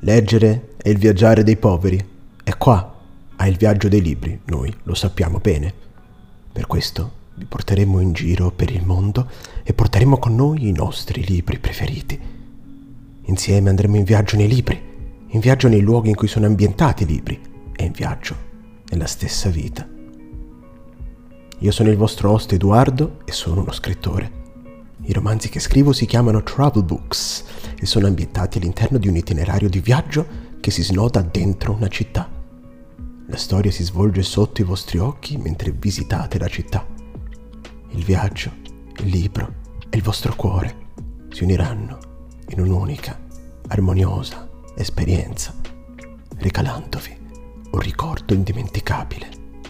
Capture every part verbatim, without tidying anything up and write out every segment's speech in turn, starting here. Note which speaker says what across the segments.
Speaker 1: Leggere è il viaggiare dei poveri. E qua è il viaggio dei libri, noi lo sappiamo bene. Per questo vi porteremo in giro per il mondo e porteremo con noi i nostri libri preferiti. Insieme andremo in viaggio nei libri, in viaggio nei luoghi in cui sono ambientati i libri e in viaggio nella stessa vita. Io sono il vostro host Edoardo e sono uno scrittore. I romanzi che scrivo si chiamano travel books e sono ambientati all'interno di un itinerario di viaggio che si snoda dentro una città. La storia si svolge sotto i vostri occhi mentre visitate la città. Il viaggio, il libro e il vostro cuore si uniranno in un'unica, armoniosa esperienza, regalandovi un ricordo indimenticabile.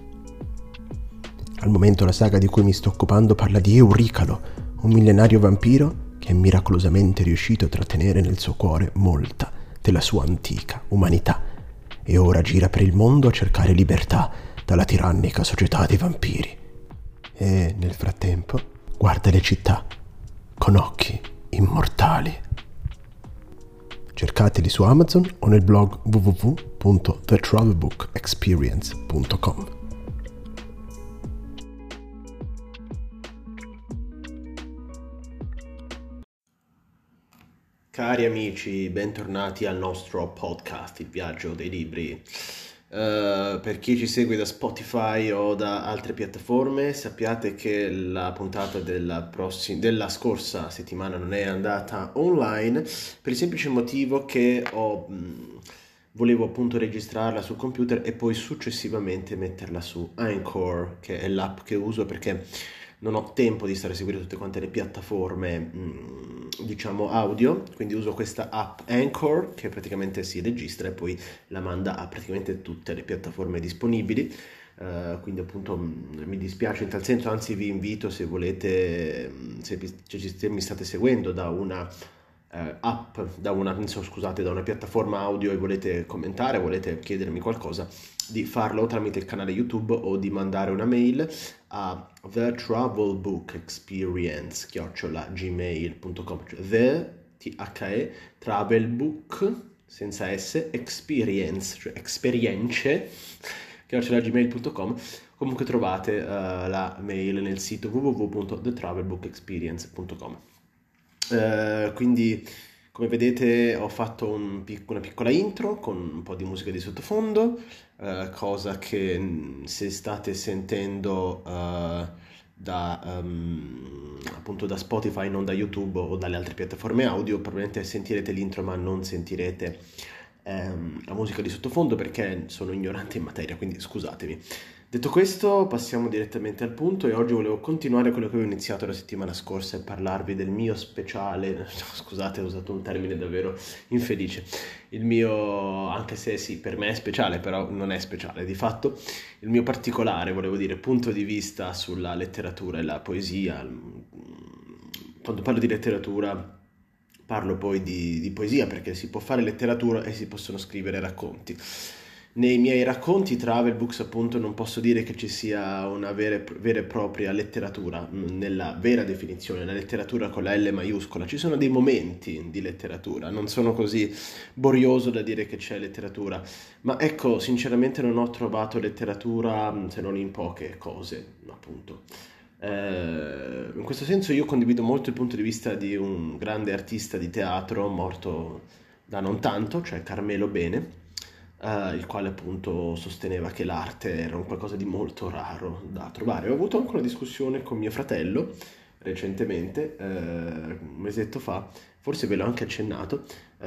Speaker 1: Al momento la saga di cui mi sto occupando parla di Euricalo, un millenario vampiro che è miracolosamente riuscito a trattenere nel suo cuore molta della sua antica umanità e ora gira per il mondo a cercare libertà dalla tirannica società dei vampiri. E nel frattempo guarda le città con occhi immortali. Cercateli su Amazon o nel blog w w w punto the travel book experience punto com. Cari amici, bentornati al nostro podcast, Il Viaggio dei Libri. Uh, per chi ci segue da Spotify o da altre piattaforme, sappiate che la puntata della, prossim- della scorsa settimana non è andata online per il semplice motivo che ho, mh, volevo appunto registrarla sul computer e poi successivamente metterla su Anchor, che è l'app che uso perché non ho tempo di stare a seguire tutte quante le piattaforme, mh, diciamo audio, quindi uso questa app Anchor che praticamente si registra e poi la manda a praticamente tutte le piattaforme disponibili. Uh, quindi appunto mh, mi dispiace in tal senso, anzi vi invito, se volete, se, se mi state seguendo da una uh, app, da una, scusate, da una piattaforma audio e volete commentare, volete chiedermi qualcosa, di farlo tramite il canale YouTube o di mandare una mail a the travel book experience chiocciola gmail punto com, cioè the t h e travel book senza s experience, cioè esperienze chiocciola gmail punto com. Comunque trovate uh, la mail nel sito w w w punto the travel book experience punto com. Uh, quindi come vedete ho fatto un pic- una piccola intro con un po' di musica di sottofondo, uh, cosa che se state sentendo uh, da, um, appunto da Spotify, non da YouTube o dalle altre piattaforme audio, probabilmente sentirete l'intro ma non sentirete um, la musica di sottofondo perché sono ignorante in materia, quindi scusatemi. Detto questo, passiamo direttamente al punto e oggi volevo continuare quello che avevo iniziato la settimana scorsa e parlarvi del mio speciale, scusate ho usato un termine davvero infelice, il mio, anche se sì, per me è speciale, però non è speciale di fatto, il mio particolare, volevo dire, punto di vista sulla letteratura e la poesia. Quando parlo di letteratura parlo poi di, di poesia perché si può fare letteratura e si possono scrivere racconti. Nei miei racconti travel books appunto non posso dire che ci sia una vera, vera e propria letteratura, nella vera definizione, la letteratura con la L maiuscola. Ci sono dei momenti di letteratura, non sono così borioso da dire che c'è letteratura, ma ecco, sinceramente non ho trovato letteratura se non in poche cose, appunto. Eh, in questo senso io condivido molto il punto di vista di un grande artista di teatro morto da non tanto, cioè Carmelo Bene, Uh, il quale appunto sosteneva che l'arte era un qualcosa di molto raro da trovare. Ho avuto anche una discussione con mio fratello recentemente, uh, un mesetto fa, forse ve l'ho anche accennato, uh,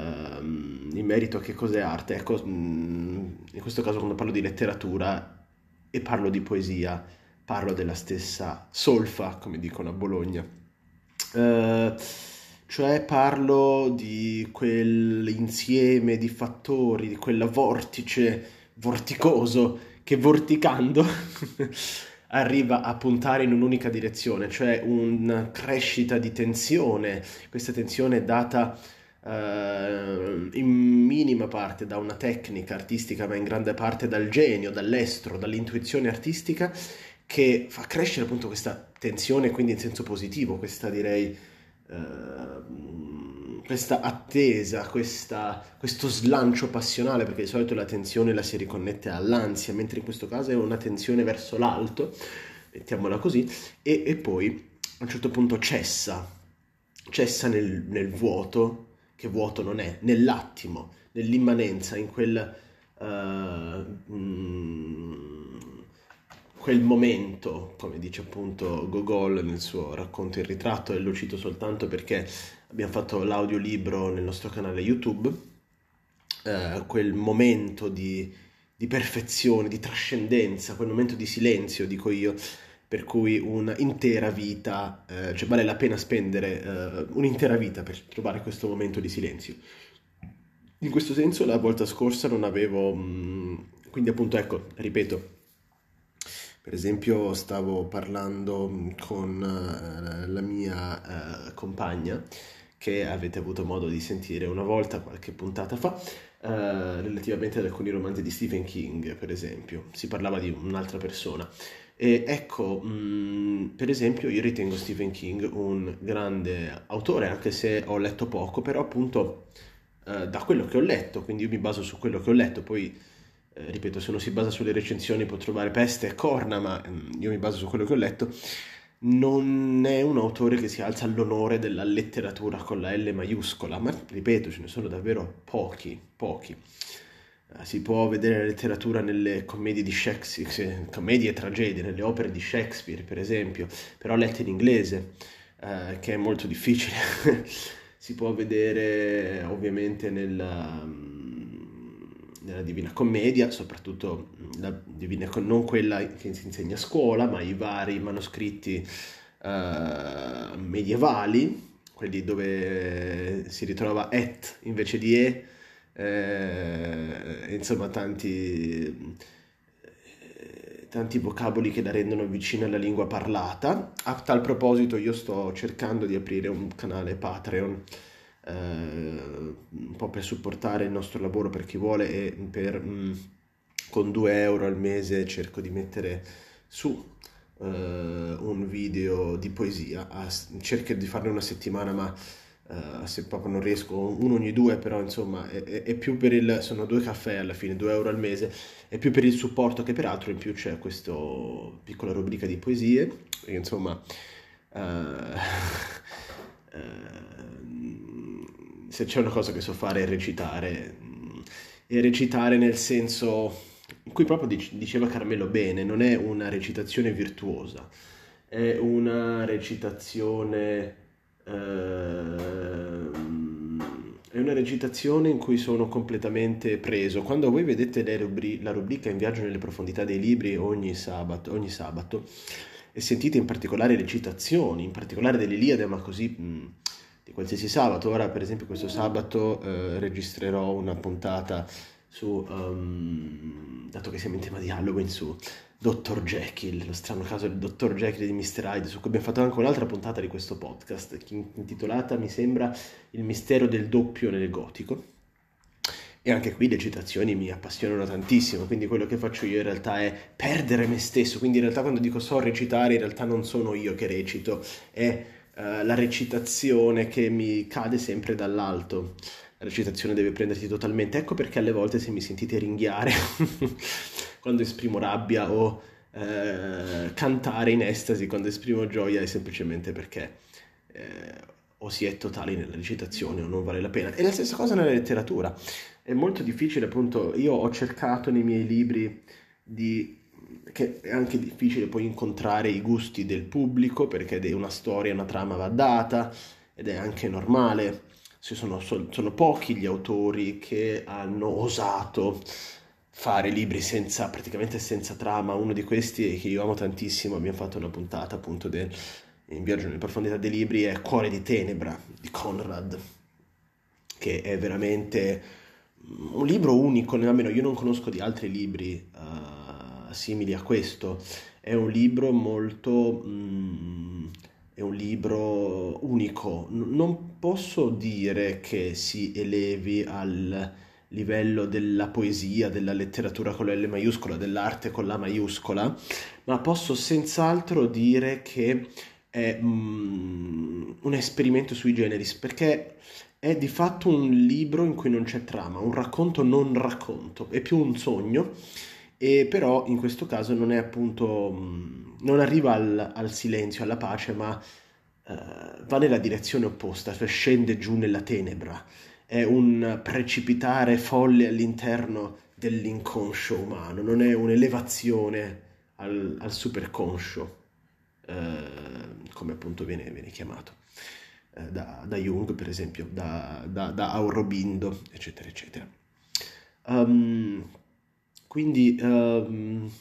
Speaker 1: in merito a che cos'è arte. Ecco, in questo caso quando parlo di letteratura e parlo di poesia, parlo della stessa solfa, come dicono a Bologna. Uh, Cioè parlo di quell'insieme di fattori, di quella vortice vorticoso che vorticando arriva a puntare in un'unica direzione, cioè una crescita di tensione. Questa tensione è data eh, in minima parte da una tecnica artistica, ma in grande parte dal genio, dall'estro, dall'intuizione artistica, che fa crescere appunto questa tensione, quindi in senso positivo, questa direi... Uh, questa attesa, questa, questo slancio passionale, perché di solito la tensione la si riconnette all'ansia, mentre in questo caso è una tensione verso l'alto, mettiamola così, e, e poi a un certo punto cessa, cessa nel, nel vuoto, che vuoto non è, nell'attimo, nell'immanenza, in quel, uh, mm, quel momento, come dice appunto Gogol nel suo racconto Il ritratto, e lo cito soltanto perché abbiamo fatto l'audiolibro nel nostro canale YouTube, eh, quel momento di, di perfezione, di trascendenza, quel momento di silenzio, dico io, per cui un'intera vita, eh, cioè vale la pena spendere eh, un'intera vita per trovare questo momento di silenzio. In questo senso la volta scorsa non avevo, mh, quindi appunto ecco, ripeto, per esempio stavo parlando con uh, la mia uh, compagna, che avete avuto modo di sentire una volta, qualche puntata fa, uh, relativamente ad alcuni romanzi di Stephen King, per esempio. Si parlava di un'altra persona. E ecco, mh, per esempio, io ritengo Stephen King un grande autore, anche se ho letto poco, però appunto uh, da quello che ho letto, quindi io mi baso su quello che ho letto, poi eh, ripeto, se uno si basa sulle recensioni può trovare peste e corna, ma mm, io mi baso su quello che ho letto. Non è un autore che si alza all'onore della letteratura con la L maiuscola, ma ripeto, ce ne sono davvero pochi, pochi. Eh, si può vedere la letteratura nelle commedie di Shakespeare, commedie e tragedie, nelle opere di Shakespeare, per esempio, però lette in inglese, eh, che è molto difficile. Si può vedere ovviamente nella, nella Divina Commedia, soprattutto la Divina, non quella che si insegna a scuola, ma i vari manoscritti uh, medievali, quelli dove si ritrova et invece di e, eh, insomma tanti, tanti vocaboli che la rendono vicina alla lingua parlata. A tal proposito io sto cercando di aprire un canale Patreon, eh, un po' per supportare il nostro lavoro per chi vuole, e per, mh, con due euro al mese cerco di mettere su eh, un video di poesia. A, cerco di farne una settimana, ma Uh, se proprio non riesco, uno ogni due, però insomma è, è, è più per il, sono due caffè alla fine, due euro al mese, è più per il supporto che per altro. In più c'è questa piccola rubrica di poesie, e insomma uh, uh, se c'è una cosa che so fare è recitare, e recitare nel senso in cui proprio dic- diceva Carmelo bene, non è una recitazione virtuosa, è una recitazione Ehm, è una recitazione in cui sono completamente preso. Quando voi vedete le rubri- la rubrica In viaggio nelle profondità dei libri ogni sabato, ogni sabato, e sentite in particolare le citazioni, in particolare dell'Iliade, ma così mh, di qualsiasi sabato. Ora per esempio questo sabato eh, registrerò una puntata su, um, dato che siamo in tema di Halloween, su dottor Jekyll, lo strano caso del dottor Jekyll di mister Hyde, su cui abbiamo fatto anche un'altra puntata di questo podcast, intitolata, mi sembra, Il mistero del doppio nel gotico. E anche qui le citazioni mi appassionano tantissimo, quindi quello che faccio io in realtà è perdere me stesso. Quindi in realtà quando dico so recitare, in realtà non sono io che recito, è uh, la recitazione che mi cade sempre dall'alto. La recitazione deve prenderti totalmente. Ecco perché alle volte, se mi sentite ringhiare quando esprimo rabbia, o eh, cantare in estasi quando esprimo gioia, è semplicemente perché eh, o si è totali nella recitazione o non vale la pena. E la stessa cosa nella letteratura. È molto difficile, appunto, io ho cercato nei miei libri di... che è anche difficile poi incontrare i gusti del pubblico, perché una storia, una trama va data, ed è anche normale. Sono, sono pochi gli autori che hanno osato fare libri senza, praticamente senza trama. Uno di questi, che io amo tantissimo, abbiamo fatto una puntata appunto del In viaggio nelle profondità dei libri, è Cuore di tenebra di Conrad, che è veramente un libro unico, almeno io non conosco di altri libri uh, simili a questo. È un libro molto... Mm, è un libro unico. N- non posso dire che si elevi al livello della poesia, della letteratura con la L maiuscola, dell'arte con la maiuscola, ma posso senz'altro dire che è mm, un esperimento sui generis, perché è di fatto un libro in cui non c'è trama, un racconto non racconto, è più un sogno, e però in questo caso non è appunto, mh, non arriva al, al silenzio, alla pace, ma eh, va nella direzione opposta, cioè scende giù nella tenebra. È un precipitare folle all'interno dell'inconscio umano, non è un'elevazione al, al superconscio, eh, come appunto viene, viene chiamato eh, da, da Jung, per esempio, da, da, da Aurobindo, eccetera, eccetera. Um, quindi, um,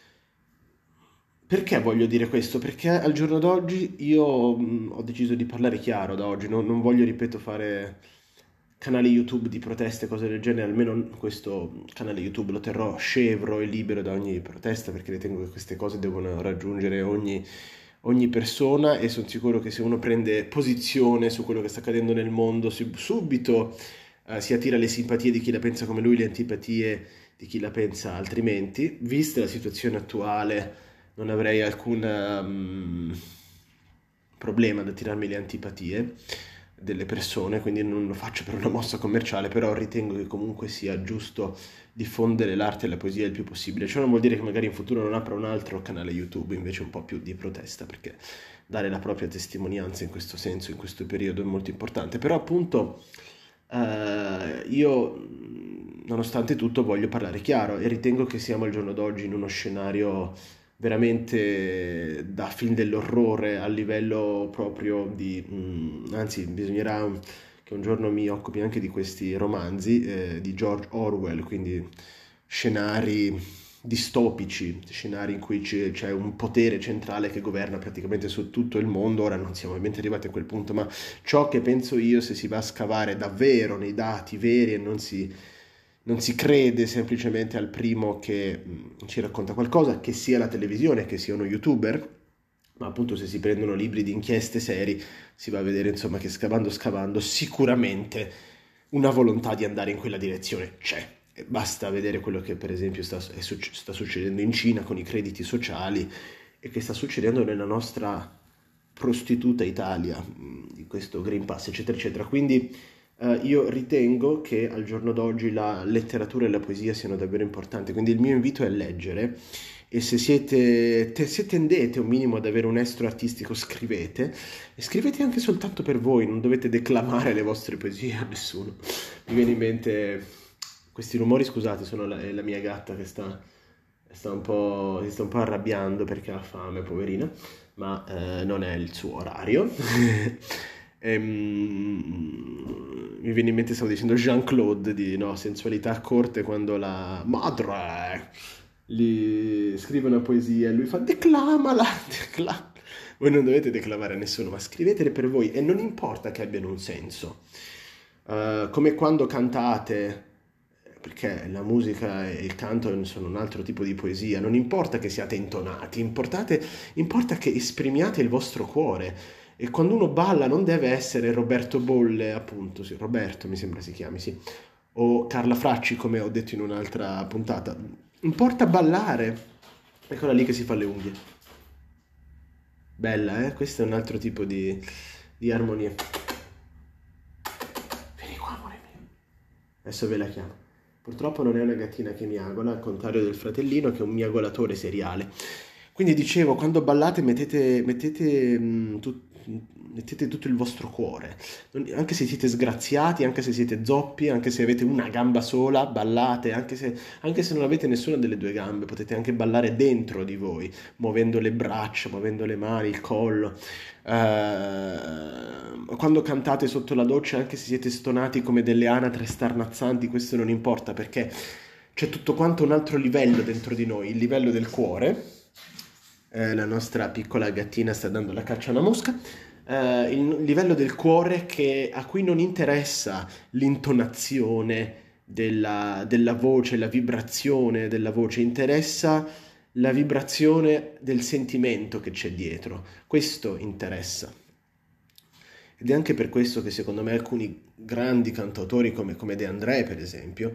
Speaker 1: perché voglio dire questo? Perché al giorno d'oggi io mh, ho deciso di parlare chiaro da oggi, non, non voglio, ripeto, fare canali YouTube di proteste, cose del genere, almeno questo canale YouTube lo terrò scevro e libero da ogni protesta, perché ritengo che queste cose devono raggiungere ogni, ogni persona, e sono sicuro che se uno prende posizione su quello che sta accadendo nel mondo, sub- subito eh, si attira le simpatie di chi la pensa come lui, le antipatie di chi la pensa altrimenti. Vista la situazione attuale, non avrei alcun um, problema ad attirarmi le antipatie delle persone, quindi non lo faccio per una mossa commerciale, però ritengo che comunque sia giusto diffondere l'arte e la poesia il più possibile. Ciò non vuol dire che magari in futuro non apra un altro canale YouTube invece un po' più di protesta, perché dare la propria testimonianza in questo senso, in questo periodo, è molto importante. Però appunto eh, io, nonostante tutto, voglio parlare chiaro, e ritengo che siamo al giorno d'oggi in uno scenario veramente da film dell'orrore, a livello proprio di... mm, anzi, bisognerà che un giorno mi occupi anche di questi romanzi eh, di George Orwell, quindi scenari distopici, scenari in cui c'è, c'è un potere centrale che governa praticamente su tutto il mondo. Ora non siamo ovviamente arrivati a quel punto, ma ciò che penso io, se si va a scavare davvero nei dati veri e non si, non si crede semplicemente al primo che mh, ci racconta qualcosa, che sia la televisione, che sia uno youtuber, ma appunto se si prendono libri di inchieste seri, si va a vedere insomma che scavando scavando sicuramente una volontà di andare in quella direzione c'è. E basta vedere quello che per esempio sta, è succe- sta succedendo in Cina con i crediti sociali, e che sta succedendo nella nostra prostituta Italia, mh, di questo Green Pass, eccetera, eccetera. Quindi eh, io ritengo che al giorno d'oggi la letteratura e la poesia siano davvero importanti, quindi il mio invito è leggere, e se siete, te- se tendete un minimo ad avere un estro artistico, scrivete, e scrivete anche soltanto per voi, non dovete declamare le vostre poesie a nessuno. Mi viene in mente questi rumori, scusate, sono la, è la mia gatta che sta, sta un po', si sta un po' arrabbiando perché ha fame, poverina, ma eh, non è il suo orario. Ehm, mi viene in mente, stavo dicendo Jean-Claude di no, Sensualità a corte, quando la madre gli scrive una poesia e lui fa declamala, decla-". Voi non dovete declamare a nessuno, ma scrivetele per voi, e non importa che abbiano un senso. Uh, come quando cantate, perché la musica e il canto sono un altro tipo di poesia, non importa che siate intonati, importate- importa che esprimiate il vostro cuore. E quando uno balla non deve essere Roberto Bolle, appunto, sì, Roberto mi sembra si chiami, sì, o Carla Fracci, come ho detto in un'altra puntata. Importa ballare. Eccola lì che si fa le unghie. Bella, eh? Questo è un altro tipo di, di armonia. Vieni qua, amore mio. Adesso ve la chiamo. Purtroppo non è una gattina che miagola, al contrario del fratellino che è un miagolatore seriale. Quindi dicevo, quando ballate mettete, mettete, mh, tut- mettete tutto il vostro cuore. Non- Anche se siete sgraziati, anche se siete zoppi, anche se avete una gamba sola, ballate, anche se, anche se non avete nessuna delle due gambe, potete anche ballare dentro di voi, muovendo le braccia, muovendo le mani, il collo. Eh, quando cantate sotto la doccia, anche se siete stonati come delle anatre starnazzanti, questo non importa, perché c'è tutto quanto un altro livello dentro di noi, il livello del cuore. Eh, la nostra piccola gattina sta dando la caccia a una mosca. Eh, il livello del cuore, che, a cui non interessa l'intonazione della, della voce, la vibrazione della voce, interessa la vibrazione del sentimento che c'è dietro. Questo interessa. Ed è anche per questo che secondo me alcuni grandi cantautori come, come De André, per esempio,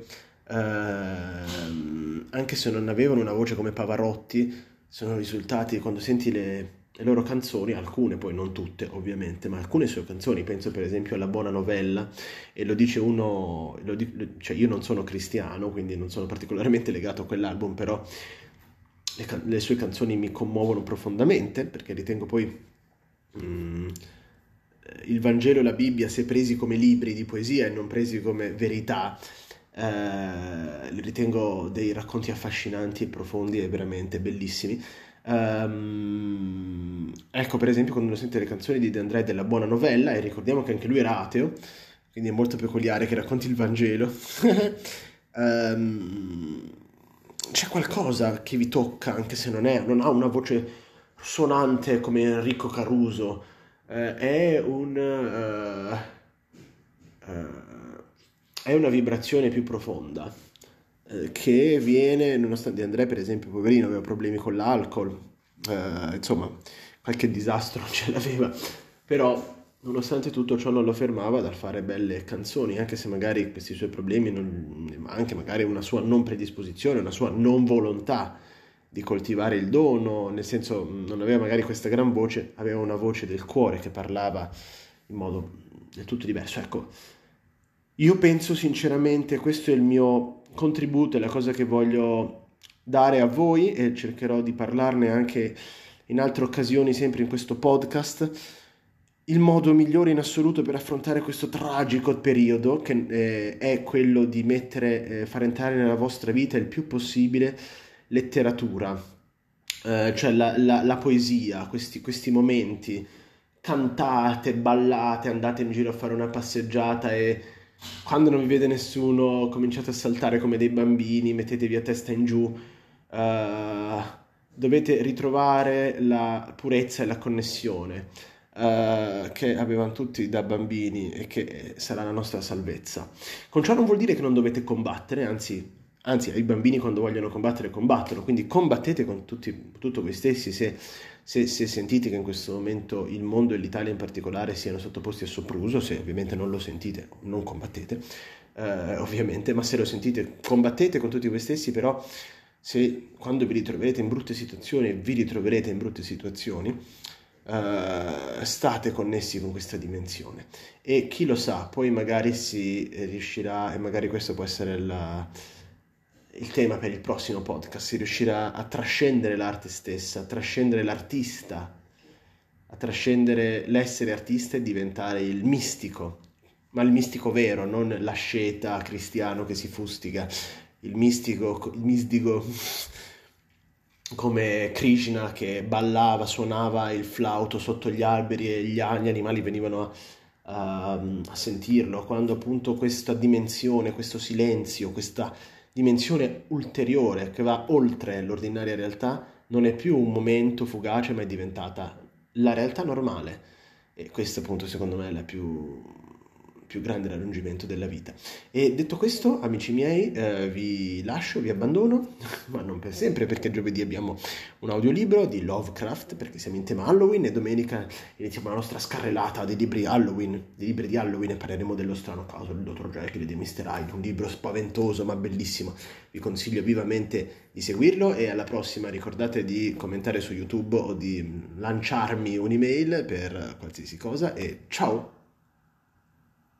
Speaker 1: ehm, anche se non avevano una voce come Pavarotti, sono risultati, quando senti le, le loro canzoni, alcune poi non tutte ovviamente, ma alcune sue canzoni, penso per esempio alla Buona Novella, e lo dice uno, lo di- cioè io non sono cristiano, quindi non sono particolarmente legato a quell'album, però le, can- le sue canzoni mi commuovono profondamente, perché ritengo poi mm, il Vangelo e la Bibbia, se presi come libri di poesia e non presi come verità, eh, li ritengo dei racconti affascinanti e profondi e veramente bellissimi. Ehm, ecco, per esempio, quando uno sente le canzoni di De André della Buona Novella, e ricordiamo che anche lui era ateo, quindi è molto peculiare che racconti il Vangelo. Ehm, c'è qualcosa che vi tocca, anche se non è, non ha una voce suonante come Enrico Caruso, eh, è un, eh, eh, è una vibrazione più profonda, eh, che viene, nonostante Andrea per esempio, poverino, aveva problemi con l'alcol, eh, insomma, qualche disastro ce l'aveva, però nonostante tutto ciò non lo fermava dal fare belle canzoni, anche se magari questi suoi problemi, non, ma anche magari una sua non predisposizione, una sua non volontà di coltivare il dono, nel senso non aveva magari questa gran voce, aveva una voce del cuore che parlava in modo del tutto diverso. Ecco, io penso sinceramente, questo è il mio contributo, è la cosa che voglio dare a voi e cercherò di parlarne anche in altre occasioni, sempre in questo podcast. Il modo migliore in assoluto per affrontare questo tragico periodo, che eh, è quello di mettere, eh, far entrare nella vostra vita il più possibile letteratura, eh, cioè la, la- la poesia, questi, questi momenti, cantate, ballate, andate in giro a fare una passeggiata e quando non vi vede nessuno cominciate a saltare come dei bambini, mettetevi a testa in giù, eh, dovete ritrovare la purezza e la connessione, eh, che avevano tutti da bambini e che sarà la nostra salvezza. Con ciò non vuol dire che non dovete combattere, anzi, anzi i bambini quando vogliono combattere combattono, quindi combattete con tutti, tutto voi stessi se, se, se sentite che in questo momento il mondo e l'Italia in particolare siano sottoposti a sopruso, se ovviamente non lo sentite, non combattete, eh, ovviamente, ma se lo sentite combattete con tutti voi stessi, però se quando vi ritroverete in brutte situazioni, vi ritroverete in brutte situazioni, eh, state connessi con questa dimensione e chi lo sa, poi magari si riuscirà, e magari questo può essere la- il tema per il prossimo podcast, si riuscirà a trascendere l'arte stessa, a trascendere l'artista, a trascendere l'essere artista e diventare il mistico, ma il mistico vero, non l'asceta cristiano che si fustiga, il mistico, il mistico come Krishna che ballava, suonava il flauto sotto gli alberi e gli, gli animali venivano a, a, a sentirlo, quando appunto questa dimensione, questo silenzio, questa dimensione ulteriore che va oltre l'ordinaria realtà non è più un momento fugace ma è diventata la realtà normale e questo appunto secondo me è la più, più grande raggiungimento della vita. E detto questo, amici miei, eh, vi lascio, vi abbandono, ma non per sempre, perché giovedì abbiamo un audiolibro di Lovecraft, perché siamo in tema Halloween, e domenica iniziamo la nostra scarrellata dei libri Halloween, dei libri di Halloween, e parleremo dello strano caso del dottor Jekyll e di mister Hyde, un libro spaventoso ma bellissimo. Vi consiglio vivamente di seguirlo e alla prossima ricordate di commentare su YouTube o di lanciarmi un'email per qualsiasi cosa e ciao!